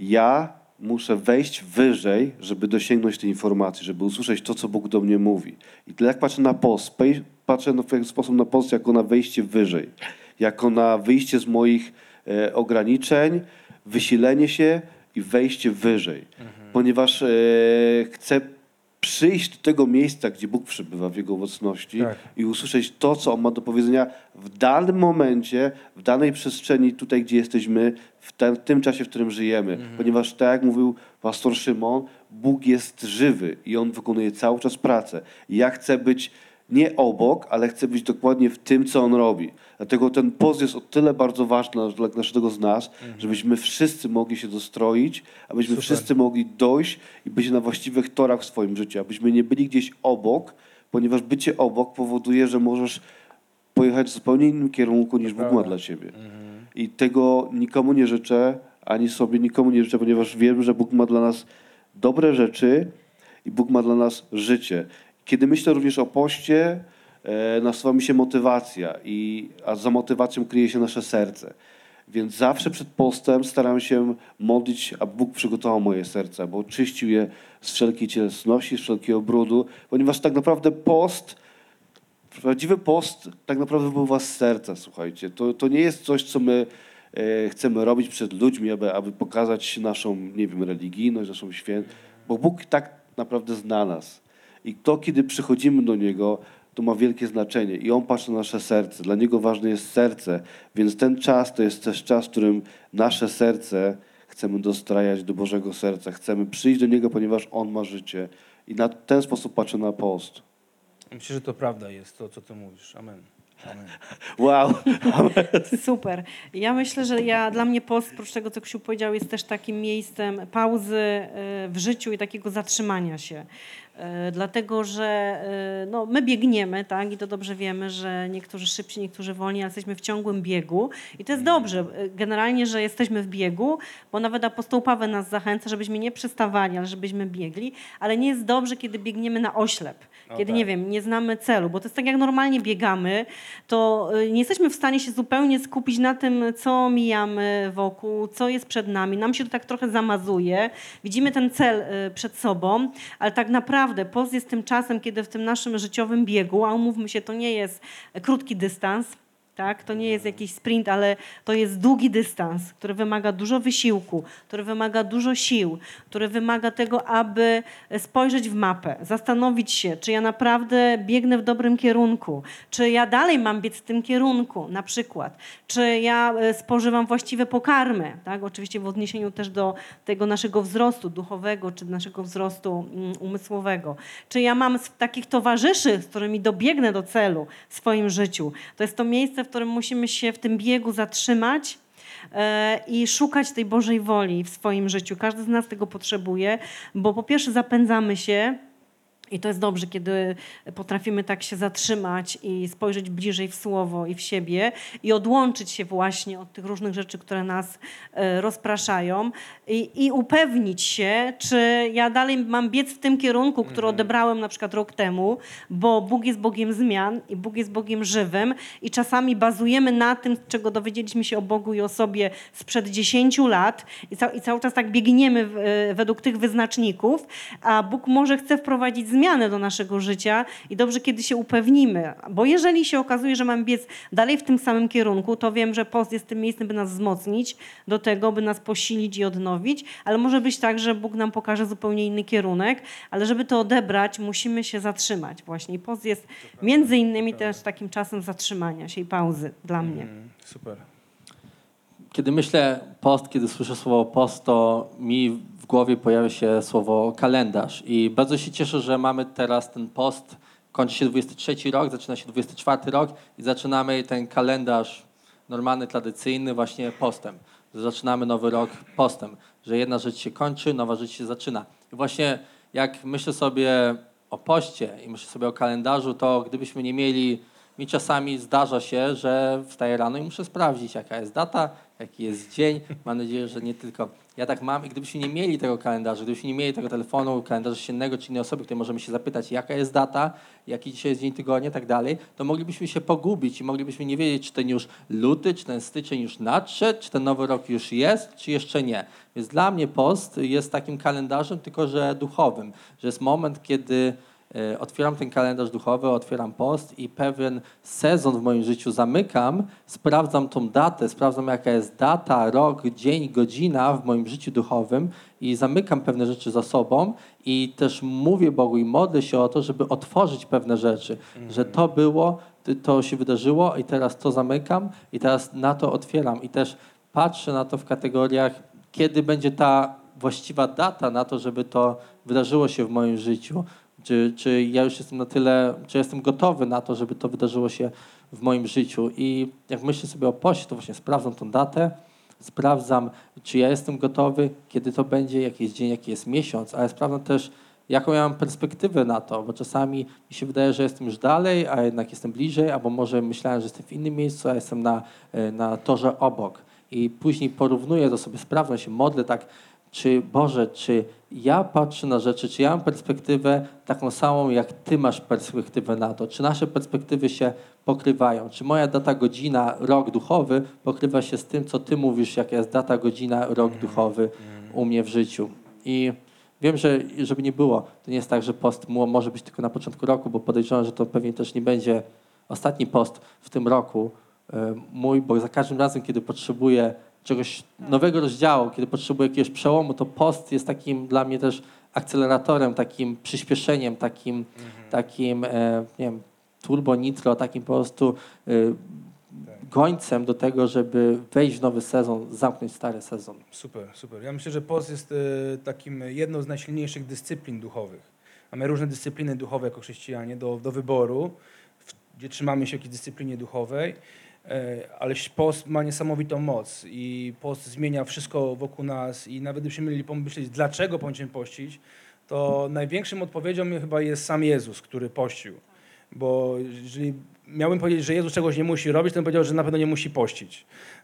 ja muszę wejść wyżej, żeby dosięgnąć tej informacji, żeby usłyszeć to, co Bóg do mnie mówi. I tyle jak patrzę na post, patrzę w jakiś sposób na post jako na wejście wyżej, jako na wyjście z moich e, ograniczeń, wysilenie się i wejście wyżej. Mhm. Ponieważ e, chcę przyjść do tego miejsca, gdzie Bóg przybywa w Jego obecności tak. i usłyszeć to, co On ma do powiedzenia w danym momencie, w danej przestrzeni, tutaj, gdzie jesteśmy, w, ten, w tym czasie, w którym żyjemy. Mhm. Ponieważ, tak jak mówił pastor Szymon, Bóg jest żywy i On wykonuje cały czas pracę. I ja chcę być nie obok, ale chcę być dokładnie w tym, co On robi. Dlatego ten post jest o tyle bardzo ważny dla każdego z nas, mhm. żebyśmy wszyscy mogli się dostroić, abyśmy Super. wszyscy mogli dojść i być na właściwych torach w swoim życiu, abyśmy nie byli gdzieś obok, ponieważ bycie obok powoduje, że możesz pojechać w zupełnie innym kierunku, niż Bóg ma dla ciebie. Mhm. I tego nikomu nie życzę, ani sobie nikomu nie życzę, ponieważ wiem, że Bóg ma dla nas dobre rzeczy i Bóg ma dla nas życie. Kiedy myślę również o poście, e, nasuwa mi się motywacja, i, a za motywacją kryje się nasze serce. Więc zawsze przed postem staram się modlić, aby Bóg przygotował moje serce, bo oczyścił je z wszelkiej cielesności, z wszelkiego brudu, ponieważ tak naprawdę post, prawdziwy post tak naprawdę wypływa z serca, słuchajcie. To, to nie jest coś, co my e, chcemy robić przed ludźmi, aby, aby pokazać naszą, nie wiem, religijność, naszą świętość, bo Bóg tak naprawdę zna nas. I to, kiedy przychodzimy do Niego, to ma wielkie znaczenie. I On patrzy na nasze serce. Dla Niego ważne jest serce. Więc ten czas to jest też czas, w którym nasze serce chcemy dostrajać do Bożego serca. Chcemy przyjść do Niego, ponieważ On ma życie. I na ten sposób patrzę na post. Myślę, że to prawda jest to, co Ty mówisz. Amen. Amen. Wow. Super. Ja myślę, że ja, dla mnie post, oprócz tego, co Ksiu powiedział, jest też takim miejscem pauzy w życiu i takiego zatrzymania się. Dlatego, że no, my biegniemy, tak, i to dobrze wiemy, że niektórzy szybciej, niektórzy wolniej, ale jesteśmy w ciągłym biegu i to jest dobrze, generalnie, że jesteśmy w biegu, bo nawet apostoł Paweł nas zachęca, żebyśmy nie przestawali, ale żebyśmy biegli, ale nie jest dobrze, kiedy biegniemy na oślep, kiedy, okay. nie wiem, nie znamy celu, bo to jest tak, jak normalnie biegamy, to nie jesteśmy w stanie się zupełnie skupić na tym, co mijamy wokół, co jest przed nami, nam się to tak trochę zamazuje, widzimy ten cel przed sobą, ale tak naprawdę post jest tym czasem, kiedy w tym naszym życiowym biegu, a umówmy się, to nie jest krótki dystans, tak? To nie jest jakiś sprint, ale to jest długi dystans, który wymaga dużo wysiłku, który wymaga dużo sił, który wymaga tego, aby spojrzeć w mapę, zastanowić się, czy ja naprawdę biegnę w dobrym kierunku, czy ja dalej mam biec w tym kierunku, na przykład, czy ja spożywam właściwe pokarmy, tak? Oczywiście w odniesieniu też do tego naszego wzrostu duchowego, czy naszego wzrostu umysłowego, czy ja mam takich towarzyszy, z którymi dobiegnę do celu w swoim życiu. To jest to miejsce, w którym musimy się w tym biegu zatrzymać e, i szukać tej Bożej woli w swoim życiu. Każdy z nas tego potrzebuje, bo po pierwsze zapędzamy się i to jest dobrze, kiedy potrafimy tak się zatrzymać i spojrzeć bliżej w słowo i w siebie i odłączyć się właśnie od tych różnych rzeczy, które nas e, rozpraszają i, i upewnić się, czy ja dalej mam biec w tym kierunku, który odebrałem na przykład rok temu, bo Bóg jest Bogiem zmian i Bóg jest Bogiem żywym i czasami bazujemy na tym, czego dowiedzieliśmy się o Bogu i o sobie sprzed dziesięciu lat i, ca- i cały czas tak biegniemy w, e, według tych wyznaczników, a Bóg może chce wprowadzić zmianę do naszego życia i dobrze, kiedy się upewnimy. Bo jeżeli się okazuje, że mam biec dalej w tym samym kierunku, to wiem, że post jest tym miejscem, by nas wzmocnić do tego, by nas posilić i odnowić, ale może być tak, że Bóg nam pokaże zupełnie inny kierunek, ale żeby to odebrać, musimy się zatrzymać właśnie. I post jest między innymi też takim czasem zatrzymania się i pauzy dla mnie. Mm, super. Kiedy myślę post, kiedy słyszę słowo post, to mi w głowie pojawia się słowo kalendarz. I bardzo się cieszę, że mamy teraz ten post. Kończy się dwudziesty trzeci rok, zaczyna się dwudziesty czwarty rok i zaczynamy ten kalendarz normalny, tradycyjny właśnie postem. Zaczynamy nowy rok postem, że jedna rzecz się kończy, nowa rzecz się zaczyna. I właśnie jak myślę sobie o poście i myślę sobie o kalendarzu, to gdybyśmy nie mieli, mi czasami zdarza się, że wstaję rano i muszę sprawdzić, jaka jest data, jaki jest dzień. Mam nadzieję, że nie tylko ja tak mam. I gdybyśmy nie mieli tego kalendarza, gdybyśmy nie mieli tego telefonu, kalendarza siennego czy innej osoby, której możemy się zapytać, jaka jest data, jaki dzisiaj jest dzień tygodnia i tak dalej, to moglibyśmy się pogubić i moglibyśmy nie wiedzieć, czy ten już luty, czy ten styczeń już nadszedł, czy ten nowy rok już jest, czy jeszcze nie. Więc dla mnie post jest takim kalendarzem, tylko że duchowym, że jest moment, kiedy otwieram ten kalendarz duchowy, otwieram post i pewien sezon w moim życiu zamykam, sprawdzam tą datę, sprawdzam jaka jest data, rok, dzień, godzina w moim życiu duchowym i zamykam pewne rzeczy za sobą i też mówię Bogu i modlę się o to, żeby otworzyć pewne rzeczy, mm. że to było, to się wydarzyło i teraz to zamykam i teraz na to otwieram i też patrzę na to w kategoriach, kiedy będzie ta właściwa data na to, żeby to wydarzyło się w moim życiu. Czy, czy ja już jestem na tyle, czy jestem gotowy na to, żeby to wydarzyło się w moim życiu. I jak myślę sobie o poście, to właśnie sprawdzam tą datę, sprawdzam, czy ja jestem gotowy, kiedy to będzie, jaki jest dzień, jaki jest miesiąc, ale sprawdzam też, jaką ja mam perspektywę na to, bo czasami mi się wydaje, że jestem już dalej, a jednak jestem bliżej, albo może myślałem, że jestem w innym miejscu, a jestem na, na torze obok. I później porównuję to sobie, sprawdzam się, modlę tak, czy Boże, czy ja patrzę na rzeczy, czy ja mam perspektywę taką samą, jak Ty masz perspektywę na to, czy nasze perspektywy się pokrywają, czy moja data, godzina, rok duchowy pokrywa się z tym, co Ty mówisz, jaka jest data, godzina, rok duchowy u mnie w życiu. I wiem, że żeby nie było, to nie jest tak, że post może być tylko na początku roku, bo podejrzewam, że to pewnie też nie będzie ostatni post w tym roku mój, bo za każdym razem, kiedy potrzebuję czegoś nowego rozdziału, kiedy potrzebuję jakiegoś przełomu, to post jest takim dla mnie też akceleratorem, takim przyspieszeniem, takim, mhm. takim e, nie wiem, turbo, nitro, takim po prostu e, tak. gońcem do tego, żeby wejść w nowy sezon, zamknąć stary sezon. Super, super. Ja myślę, że post jest e, takim jedną z najsilniejszych dyscyplin duchowych. Mamy różne dyscypliny duchowe jako chrześcijanie do, do wyboru, w, gdzie trzymamy się jakiejś dyscyplinie duchowej. Ale post ma niesamowitą moc i post zmienia wszystko wokół nas i nawet gdybyśmy mieli pomyśleć, dlaczego powinniśmy pościć, to największym odpowiedzią chyba jest sam Jezus, który pościł. Bo jeżeli miałbym powiedzieć, że Jezus czegoś nie musi robić, to bym powiedział, że na pewno nie musi pościć.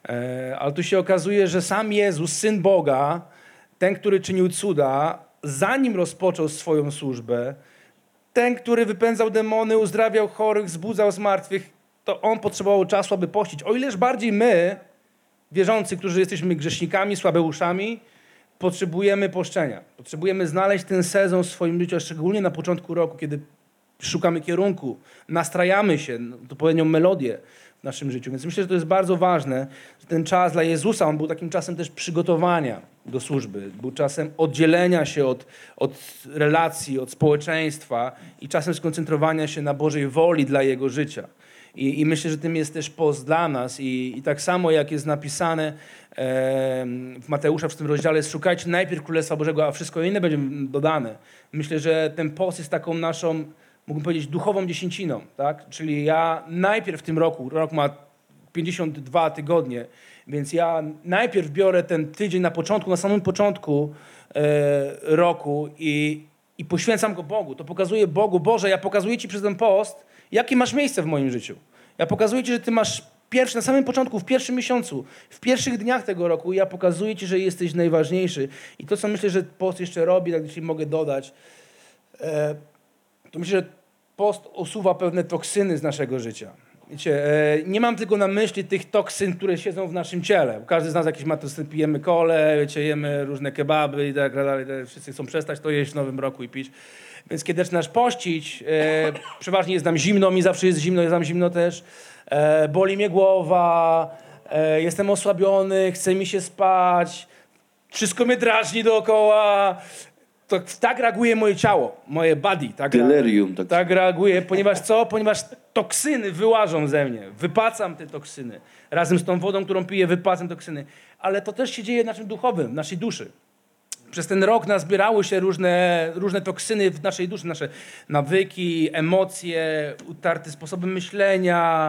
Ale tu się okazuje, że sam Jezus, Syn Boga, ten, który czynił cuda, zanim rozpoczął swoją służbę, ten, który wypędzał demony, uzdrawiał chorych, zbudzał zmartwych, to on potrzebował czasu, aby pościć. O ileż bardziej my, wierzący, którzy jesteśmy grzesznikami, słabeuszami, potrzebujemy poszczenia. Potrzebujemy znaleźć ten sezon w swoim życiu, a szczególnie na początku roku, kiedy szukamy kierunku, nastrajamy się, odpowiednią melodię w naszym życiu. Więc myślę, że to jest bardzo ważne, że ten czas dla Jezusa, on był takim czasem też przygotowania do służby. Był czasem oddzielenia się od, od relacji, od społeczeństwa i czasem skoncentrowania się na Bożej woli dla Jego życia. I, I myślę, że tym jest też post dla nas. I, i tak samo jak jest napisane e, w Mateusza w tym rozdziale, szukajcie najpierw Królestwa Bożego, a wszystko inne będzie dodane. Myślę, że ten post jest taką naszą, mógłbym powiedzieć, duchową dziesięciną. Tak? Czyli ja najpierw w tym roku, rok ma pięćdziesiąt dwa tygodnie, więc ja najpierw biorę ten tydzień na początku, na samym początku e, roku i, i poświęcam go Bogu. To pokazuje Bogu, Boże, ja pokazuję Ci przez ten post, jakie masz miejsce w moim życiu. Ja pokazuję Ci, że Ty masz pierwszy, na samym początku, w pierwszym miesiącu, w pierwszych dniach tego roku i ja pokazuję Ci, że jesteś najważniejszy. I to, co myślę, że post jeszcze robi, tak jeśli mogę dodać, e, to myślę, że post usuwa pewne toksyny z naszego życia. Wiecie, e, nie mam tylko na myśli tych toksyn, które siedzą w naszym ciele. Każdy z nas jakiś ma, to pijemy kole, wiecie, jemy różne kebaby i tak dalej. Wszyscy chcą przestać to jeść w nowym roku i pić. Więc kiedy zaczynasz pościć, e, przeważnie jest nam zimno, mi zawsze jest zimno, jest nam zimno też, e, boli mnie głowa, e, jestem osłabiony, chce mi się spać, wszystko mnie drażni dookoła. To, tak reaguje moje ciało, moje body. Tak, Delirium. Tak, tak reaguje, ponieważ co? Ponieważ toksyny wyłażą ze mnie, wypacam te toksyny. Razem z tą wodą, którą piję, wypacam toksyny. Ale to też się dzieje w naszym duchowym, w naszej duszy. przez ten rok nazbierały się różne, różne toksyny w naszej duszy, nasze nawyki, emocje, utarte sposoby myślenia,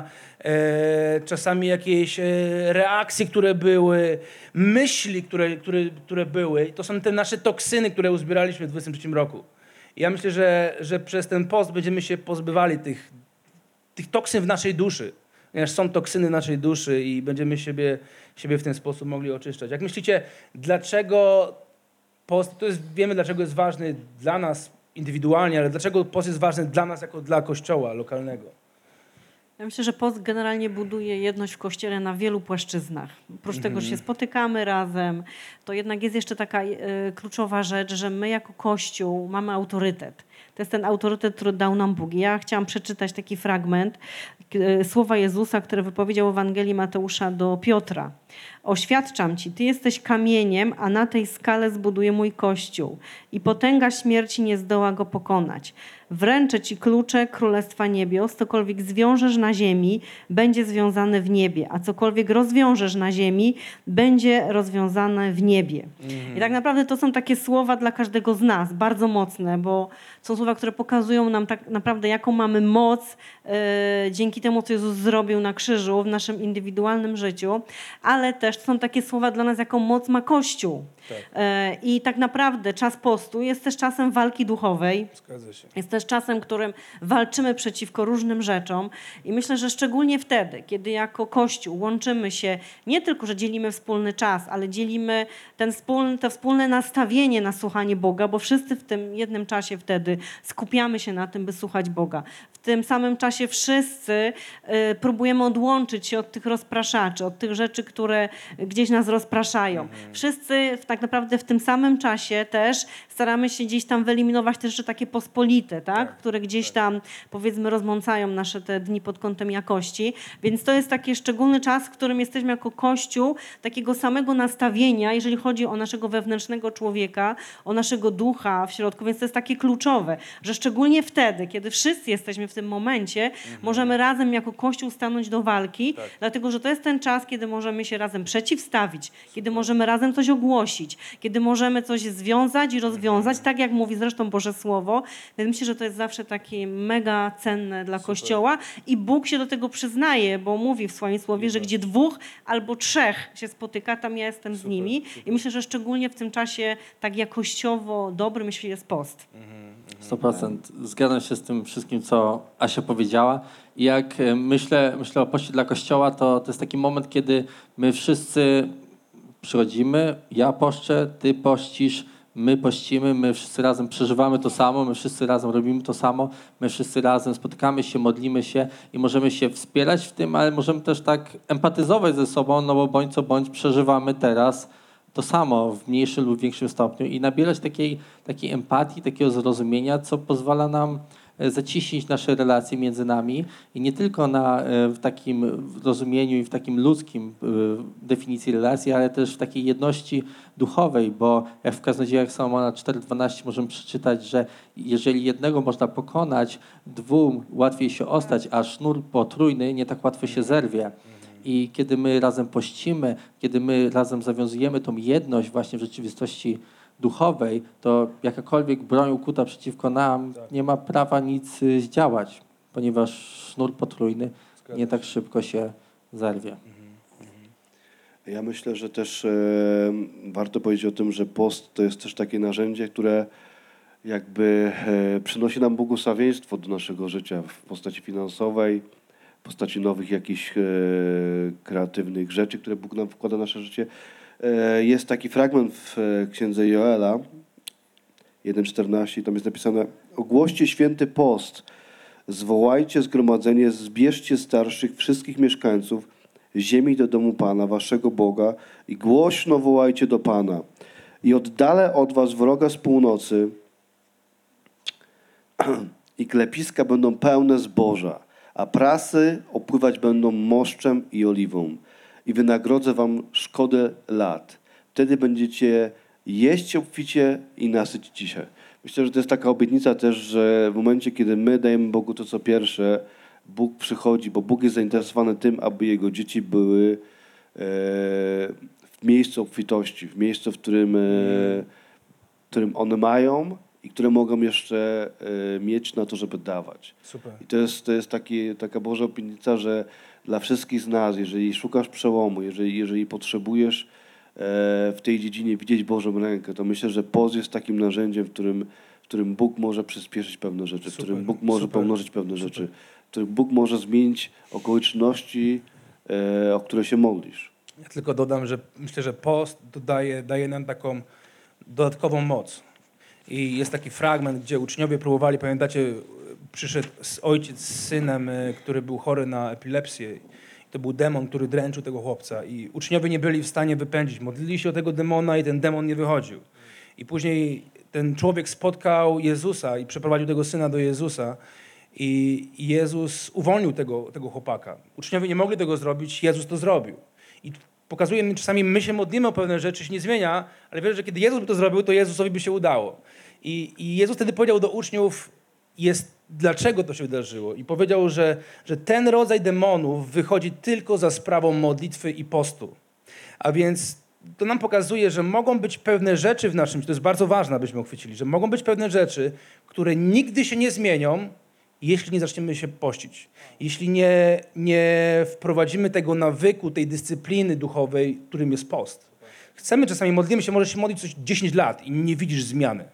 e, czasami jakieś e, reakcje, które były, myśli, które, które, które były. To są te nasze toksyny, które uzbieraliśmy w dwudziestym trzecim roku. I ja myślę, że, że przez ten post będziemy się pozbywali tych, tych toksyn w naszej duszy. Ponieważ są toksyny w naszej duszy i będziemy siebie, siebie w ten sposób mogli oczyszczać. Jak myślicie, dlaczego post, to jest, wiemy dlaczego jest ważny dla nas indywidualnie, ale dlaczego post jest ważny dla nas jako dla Kościoła lokalnego? Ja myślę, że post generalnie buduje jedność w Kościele na wielu płaszczyznach. Oprócz tego, że się spotykamy razem, to jednak jest jeszcze taka y, kluczowa rzecz, że my jako Kościół mamy autorytet. To jest ten autorytet, który dał nam Bóg. Ja chciałam przeczytać taki fragment y, słowa Jezusa, które wypowiedział w Ewangelii Mateusza do Piotra. Oświadczam ci, ty jesteś kamieniem, a na tej skale zbuduję mój Kościół i potęga śmierci nie zdoła go pokonać. Wręczę ci klucze Królestwa Niebios, cokolwiek zwiążesz na ziemi, będzie związane w niebie, a cokolwiek rozwiążesz na ziemi, będzie rozwiązane w niebie. Mhm. I tak naprawdę to są takie słowa dla każdego z nas, bardzo mocne, bo są słowa, które pokazują nam tak naprawdę, jaką mamy moc e, dzięki temu, co Jezus zrobił na krzyżu w naszym indywidualnym życiu, ale też to są takie słowa dla nas, jaką moc ma Kościół. Tak. E, I tak naprawdę czas postu jest też czasem walki duchowej. Zgadza się. Jest też czasem, którym walczymy przeciwko różnym rzeczom i myślę, że szczególnie wtedy, kiedy jako Kościół łączymy się, nie tylko, że dzielimy wspólny czas, ale dzielimy ten wspólny, to wspólne nastawienie na słuchanie Boga, bo wszyscy w tym jednym czasie wtedy skupiamy się na tym, by słuchać Boga. W tym samym czasie wszyscy y, próbujemy odłączyć się od tych rozpraszaczy, od tych rzeczy, które gdzieś nas rozpraszają. Mhm. Wszyscy w, tak naprawdę w tym samym czasie też staramy się gdzieś tam wyeliminować te rzeczy takie pospolite, tak? Tak, które gdzieś tam, powiedzmy, rozmącają nasze te dni pod kątem jakości. Więc to jest taki szczególny czas, w którym jesteśmy jako Kościół takiego samego nastawienia, jeżeli chodzi o naszego wewnętrznego człowieka, o naszego ducha w środku. Więc to jest takie kluczowe, że szczególnie wtedy, kiedy wszyscy jesteśmy w tym momencie, mhm. możemy razem jako Kościół stanąć do walki, tak. dlatego że to jest ten czas, kiedy możemy się razem przeciwstawić, kiedy możemy razem coś ogłosić, kiedy możemy coś związać i rozwiązać, mhm. tak jak mówi zresztą Boże Słowo. Więc myślę, że to jest zawsze takie mega cenne dla Super. Kościoła i Bóg się do tego przyznaje, bo mówi w swoim słowie, że gdzie dwóch albo trzech się spotyka, tam ja jestem Super. Z nimi Super. I myślę, że szczególnie w tym czasie tak jakościowo dobrym, jeśli jest post. sto procent. Zgadzam się z tym wszystkim, co Asia powiedziała. I jak myślę, myślę o poście dla Kościoła, to, to jest taki moment, kiedy my wszyscy przychodzimy, ja poszczę, ty pościsz, my pościmy, my wszyscy razem przeżywamy to samo, my wszyscy razem robimy to samo, my wszyscy razem spotykamy się, modlimy się i możemy się wspierać w tym, ale możemy też tak empatyzować ze sobą, no bo bądź co bądź przeżywamy teraz to samo w mniejszym lub większym stopniu i nabierać takiej, takiej empatii, takiego zrozumienia, co pozwala nam zacieśnić nasze relacje między nami i nie tylko na, w takim rozumieniu i w takim ludzkim definicji relacji, ale też w takiej jedności duchowej, bo jak w Kaznodziejach Salomona cztery dwanaście możemy przeczytać, że jeżeli jednego można pokonać, dwóm łatwiej się ostać, a sznur potrójny nie tak łatwo się zerwie. I kiedy my razem pościmy, kiedy my razem zawiązujemy tą jedność właśnie w rzeczywistości duchowej, to jakakolwiek broń ukuta przeciwko nam tak. nie ma prawa nic zdziałać, ponieważ sznur potrójny Zgadza nie tak szybko się zerwie. Mhm. Ja myślę, że też e, warto powiedzieć o tym, że post to jest też takie narzędzie, które jakby e, przynosi nam błogosławieństwo do naszego życia w postaci finansowej, w postaci nowych jakichś e, kreatywnych rzeczy, które Bóg nam wkłada w nasze życie. E, jest taki fragment w e, księdze Joela jeden czternaście i tam jest napisane: ogłoście święty post, zwołajcie zgromadzenie, zbierzcie starszych, wszystkich mieszkańców ziemi do domu Pana, waszego Boga i głośno wołajcie do Pana. I oddalę od was wroga z północy i klepiska będą pełne zboża, a prasy opływać będą moszczem i oliwą. I wynagrodzę wam szkodę lat. Wtedy będziecie jeść obficie i nasycić się. Myślę, że to jest taka obietnica też, że w momencie, kiedy my dajemy Bogu to, co pierwsze, Bóg przychodzi, bo Bóg jest zainteresowany tym, aby Jego dzieci były w miejscu obfitości, w miejscu, w którym którym one mają i które mogą jeszcze y, mieć na to, żeby dawać. Super. I to jest, to jest taki, taka Boża obietnica, że dla wszystkich z nas, jeżeli szukasz przełomu, jeżeli, jeżeli potrzebujesz e, w tej dziedzinie widzieć Bożą rękę, to myślę, że post jest takim narzędziem, w którym, w którym Bóg może przyspieszyć pewne rzeczy, Super, w którym Bóg może super, pomnożyć pewne super. rzeczy, w którym Bóg może zmienić okoliczności, e, o które się modlisz. Ja tylko dodam, że myślę, że post dodaje, daje nam taką dodatkową moc. I jest taki fragment, gdzie uczniowie próbowali, pamiętacie, przyszedł ojciec z synem, który był chory na epilepsję. To był demon, który dręczył tego chłopca i uczniowie nie byli w stanie wypędzić. Modlili się o tego demona i ten demon nie wychodził. I później ten człowiek spotkał Jezusa i przeprowadził tego syna do Jezusa i Jezus uwolnił tego, tego chłopaka. Uczniowie nie mogli tego zrobić, Jezus to zrobił. I pokazuje mi, czasami my się modlimy o pewne rzeczy, się nie zmienia, ale wierzę, że kiedy Jezus by to zrobił, to Jezusowi by się udało. I, i Jezus wtedy powiedział do uczniów, jest, dlaczego to się wydarzyło. I powiedział, że, że ten rodzaj demonów wychodzi tylko za sprawą modlitwy i postu. A więc to nam pokazuje, że mogą być pewne rzeczy w naszym, to jest bardzo ważne, abyśmy uchwycili, że mogą być pewne rzeczy, które nigdy się nie zmienią, jeśli nie zaczniemy się pościć. Jeśli nie, nie wprowadzimy tego nawyku, tej dyscypliny duchowej, którym jest post. Chcemy czasami, modlimy się, możesz się modlić coś dziesięć lat i nie widzisz zmiany.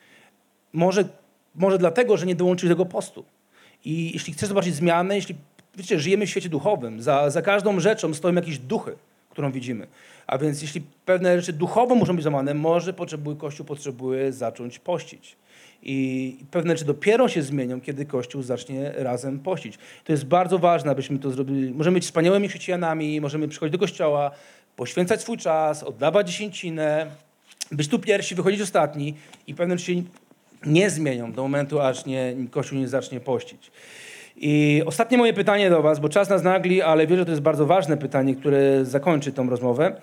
Może, może dlatego, że nie dołączysz tego postu. I jeśli chcesz zobaczyć zmianę, jeśli, wiecie, żyjemy w świecie duchowym, za, za każdą rzeczą stoją jakieś duchy, którą widzimy. A więc jeśli pewne rzeczy duchowo muszą być złamane, może potrzebuje, Kościół potrzebuje zacząć pościć. I pewne rzeczy dopiero się zmienią, kiedy Kościół zacznie razem pościć. To jest bardzo ważne, abyśmy to zrobili. Możemy być wspaniałymi chrześcijanami, możemy przychodzić do Kościoła, poświęcać swój czas, oddawać dziesięcinę, być tu pierwsi, wychodzić ostatni i pewne rzeczy się nie zmienią do momentu, aż nie, Kościół nie zacznie pościć. I ostatnie moje pytanie do was, bo czas nas nagli, ale wierzę, że to jest bardzo ważne pytanie, które zakończy tą rozmowę.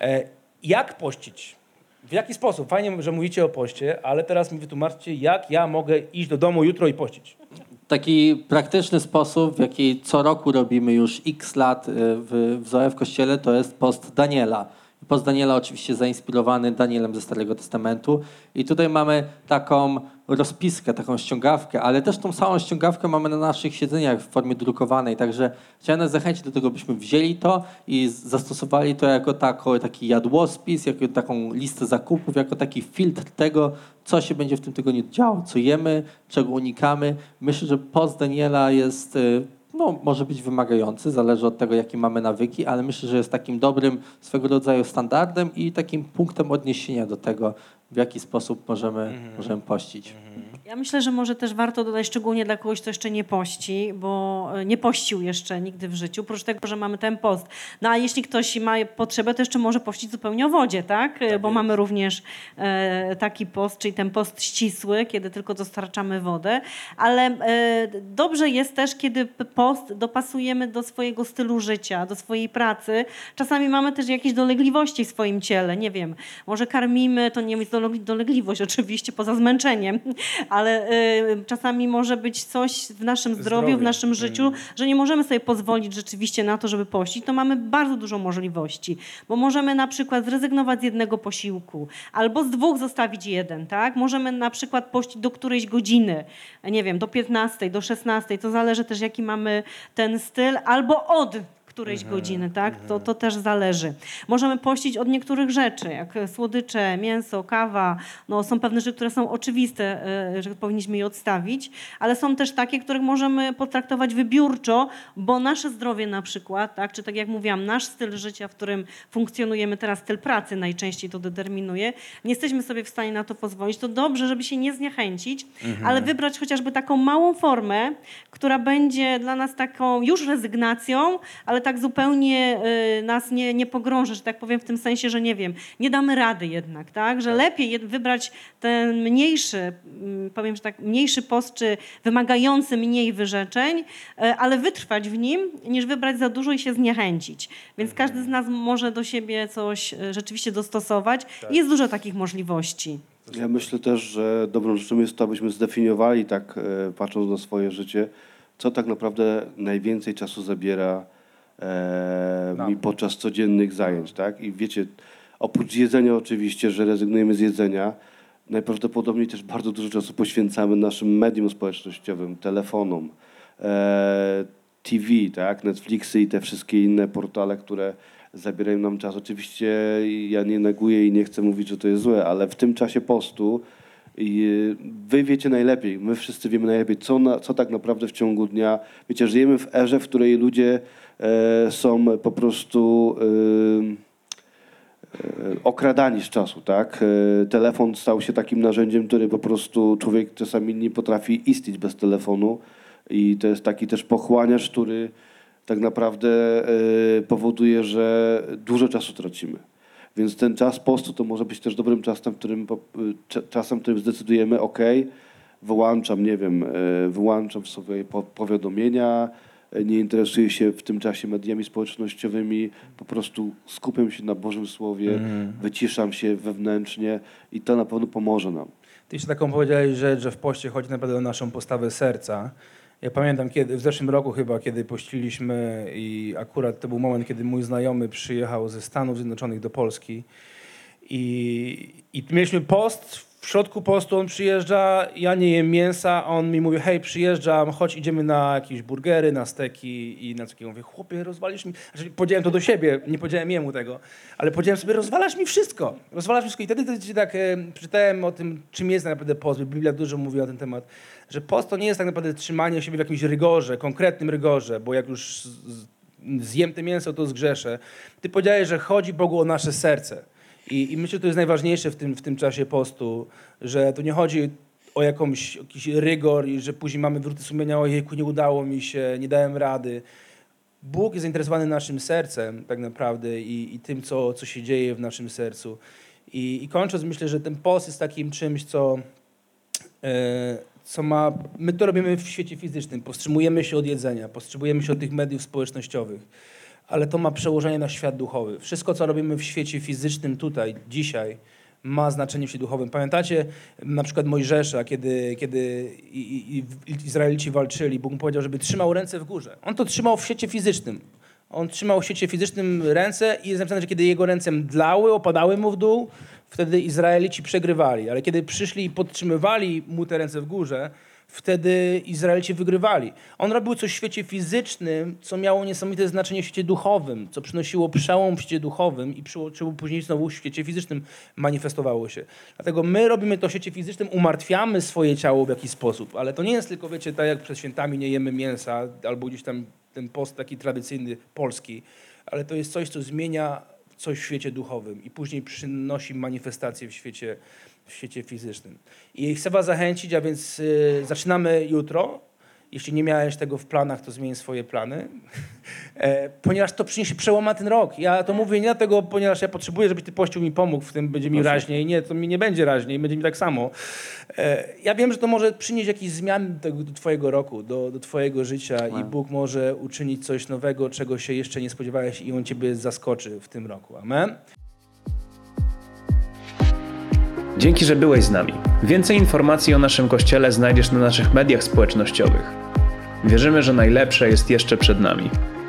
Jak pościć? W jaki sposób? Fajnie, że mówicie o poście, ale teraz mi wytłumaczcie, jak ja mogę iść do domu jutro i pościć. Taki praktyczny sposób, w jaki co roku robimy już x lat w, w Zoe w Kościele, to jest post Daniela. Post Daniela oczywiście zainspirowany Danielem ze Starego Testamentu. I tutaj mamy taką rozpiskę, taką ściągawkę, ale też tą samą ściągawkę mamy na naszych siedzeniach w formie drukowanej. Także chciałem nas zachęcić do tego, byśmy wzięli to i zastosowali to jako tako, taki jadłospis, jako taką listę zakupów, jako taki filtr tego, co się będzie w tym tygodniu działo, co jemy, czego unikamy. Myślę, że post Daniela jest... No, może być wymagający, zależy od tego, jakie mamy nawyki, ale myślę, że jest takim dobrym swego rodzaju standardem i takim punktem odniesienia do tego, w jaki sposób możemy, mm. możemy pościć. Mm. Ja myślę, że może też warto dodać, szczególnie dla kogoś, kto jeszcze nie pości, bo nie pościł jeszcze nigdy w życiu, oprócz tego, że mamy ten post. No a jeśli ktoś ma potrzebę, to jeszcze może pościć zupełnie o wodzie, tak? tak bo jest. Mamy również e, taki post, czyli ten post ścisły, kiedy tylko dostarczamy wodę, ale e, dobrze jest też, kiedy post dopasujemy do swojego stylu życia, do swojej pracy. Czasami mamy też jakieś dolegliwości w swoim ciele, nie wiem, może karmimy, to nie jest dolegliwość oczywiście, poza zmęczeniem, ale y, czasami może być coś w naszym zdrowiu, Zdrowie. w naszym życiu, mm. że nie możemy sobie pozwolić rzeczywiście na to, żeby pościć, to mamy bardzo dużo możliwości, bo możemy na przykład zrezygnować z jednego posiłku, albo z dwóch zostawić jeden, tak? Możemy na przykład pościć do którejś godziny, nie wiem, do piętnastej, do szesnastej, to zależy też, jaki mamy ten styl, albo od którejś mm-hmm. godziny, tak? Mm-hmm. To, to też zależy. Możemy pościć od niektórych rzeczy, jak słodycze, mięso, kawa. No, są pewne rzeczy, które są oczywiste, że powinniśmy je odstawić, ale są też takie, których możemy potraktować wybiórczo, bo nasze zdrowie na przykład, tak? Czy tak jak mówiłam, nasz styl życia, w którym funkcjonujemy teraz, styl pracy najczęściej to determinuje, nie jesteśmy sobie w stanie na to pozwolić. To dobrze, żeby się nie zniechęcić, mm-hmm. ale wybrać chociażby taką małą formę, która będzie dla nas taką już rezygnacją, ale tak zupełnie y, nas nie, nie pogrąży, że tak powiem, w tym sensie, że nie wiem, nie damy rady jednak, tak? Że lepiej wybrać ten mniejszy, y, powiem, że tak, mniejszy post, czy wymagający mniej wyrzeczeń, y, ale wytrwać w nim, niż wybrać za dużo i się zniechęcić. Więc każdy z nas może do siebie coś y, rzeczywiście dostosować i jest dużo takich możliwości. Ja myślę też, że dobrą rzeczą jest to, abyśmy zdefiniowali tak, y, patrząc na swoje życie, co tak naprawdę najwięcej czasu zabiera E, no. mi podczas codziennych zajęć, tak? I wiecie, oprócz jedzenia oczywiście, że rezygnujemy z jedzenia, najprawdopodobniej też bardzo dużo czasu poświęcamy naszym mediom społecznościowym, telefonom, e, T V, tak, Netflixy i te wszystkie inne portale, które zabierają nam czas. Oczywiście ja nie neguję i nie chcę mówić, że to jest złe, ale w tym czasie postu i wy wiecie najlepiej, my wszyscy wiemy najlepiej, co, na, co tak naprawdę w ciągu dnia. Wiecie, żyjemy w erze, w której ludzie e, są po prostu e, e, okradani z czasu, tak? E, telefon stał się takim narzędziem, który po prostu człowiek czasami nie potrafi istnieć bez telefonu i to jest taki też pochłaniacz, który tak naprawdę e, powoduje, że dużo czasu tracimy. Więc ten czas postu to może być też dobrym czasem, w którym, czasem, w którym zdecydujemy, ok, wyłączam, nie wiem, wyłączam sobie powiadomienia, nie interesuję się w tym czasie mediami społecznościowymi, po prostu skupiam się na Bożym Słowie, mm. wyciszam się wewnętrznie i to na pewno pomoże nam. Ty jeszcze taką powiedziałeś rzecz, że w poście chodzi naprawdę o naszą postawę serca. Ja pamiętam kiedy, w zeszłym roku chyba, kiedy pościliśmy i akurat to był moment, kiedy mój znajomy przyjechał ze Stanów Zjednoczonych do Polski i, i mieliśmy post, w środku postu on przyjeżdża, ja nie jem mięsa, a on mi mówi, hej, przyjeżdżam, chodź, idziemy na jakieś burgery, na steki i na co. Ja mówię, chłopie, rozwalisz mi, znaczy, powiedziałem to do siebie, nie powiedziałem jemu tego, ale powiedziałem sobie, rozwalasz mi wszystko, rozwalasz wszystko i wtedy, wtedy tak e, przeczytałem o tym, czym jest tak naprawdę post, Biblia dużo mówi o tym temat, że post to nie jest tak naprawdę trzymanie siebie w jakimś rygorze, konkretnym rygorze, bo jak już zjem te mięso, to zgrzeszę. Ty powiedziałeś, że chodzi Bogu o nasze serce. I, I myślę, że to jest najważniejsze w tym, w tym czasie postu, że to nie chodzi o jakąś, jakiś rygor i że później mamy wyrzuty sumienia, ojejku, nie udało mi się, nie dałem rady. Bóg jest zainteresowany naszym sercem tak naprawdę i, i tym, co, co się dzieje w naszym sercu. I, i kończąc, myślę, że ten post jest takim czymś, co, e, co ma... My to robimy w świecie fizycznym, powstrzymujemy się od jedzenia, powstrzymujemy się od tych mediów społecznościowych. Ale to ma przełożenie na świat duchowy. Wszystko, co robimy w świecie fizycznym tutaj, dzisiaj, ma znaczenie w świecie duchowym. Pamiętacie na przykład Mojżesza, kiedy, kiedy i, i Izraelici walczyli, Bóg mu powiedział, żeby trzymał ręce w górze. On to trzymał w świecie fizycznym. On trzymał w świecie fizycznym ręce i jest napisane, że kiedy jego ręce mdlały, opadały mu w dół, wtedy Izraelici przegrywali. Ale kiedy przyszli i podtrzymywali mu te ręce w górze, wtedy Izraelici wygrywali. On robił coś w świecie fizycznym, co miało niesamowite znaczenie w świecie duchowym, co przynosiło przełom w świecie duchowym i przyłączyło później znowu w świecie fizycznym manifestowało się. Dlatego my robimy to w świecie fizycznym, umartwiamy swoje ciało w jakiś sposób, ale to nie jest tylko, wiecie, tak jak przed świętami nie jemy mięsa, albo gdzieś tam ten post taki tradycyjny, polski, ale to jest coś, co zmienia coś w świecie duchowym i później przynosi manifestację w świecie w świecie fizycznym. I chcę was zachęcić, a więc y, zaczynamy jutro. Jeśli nie miałeś tego w planach, to zmień swoje plany. e, ponieważ to przyniesie przełom na ten rok. Ja to mówię nie dlatego, ponieważ ja potrzebuję, żebyś ty Pościu mi pomógł, w tym będzie mi raźniej. Nie, to mi nie będzie raźniej, będzie mi tak samo. E, ja wiem, że to może przynieść jakieś zmiany do, do twojego roku, do, do twojego życia wow. I Bóg może uczynić coś nowego, czego się jeszcze nie spodziewałeś i On ciebie zaskoczy w tym roku. Amen. Dzięki, że byłeś z nami. Więcej informacji o naszym Kościele znajdziesz na naszych mediach społecznościowych. Wierzymy, że najlepsze jest jeszcze przed nami.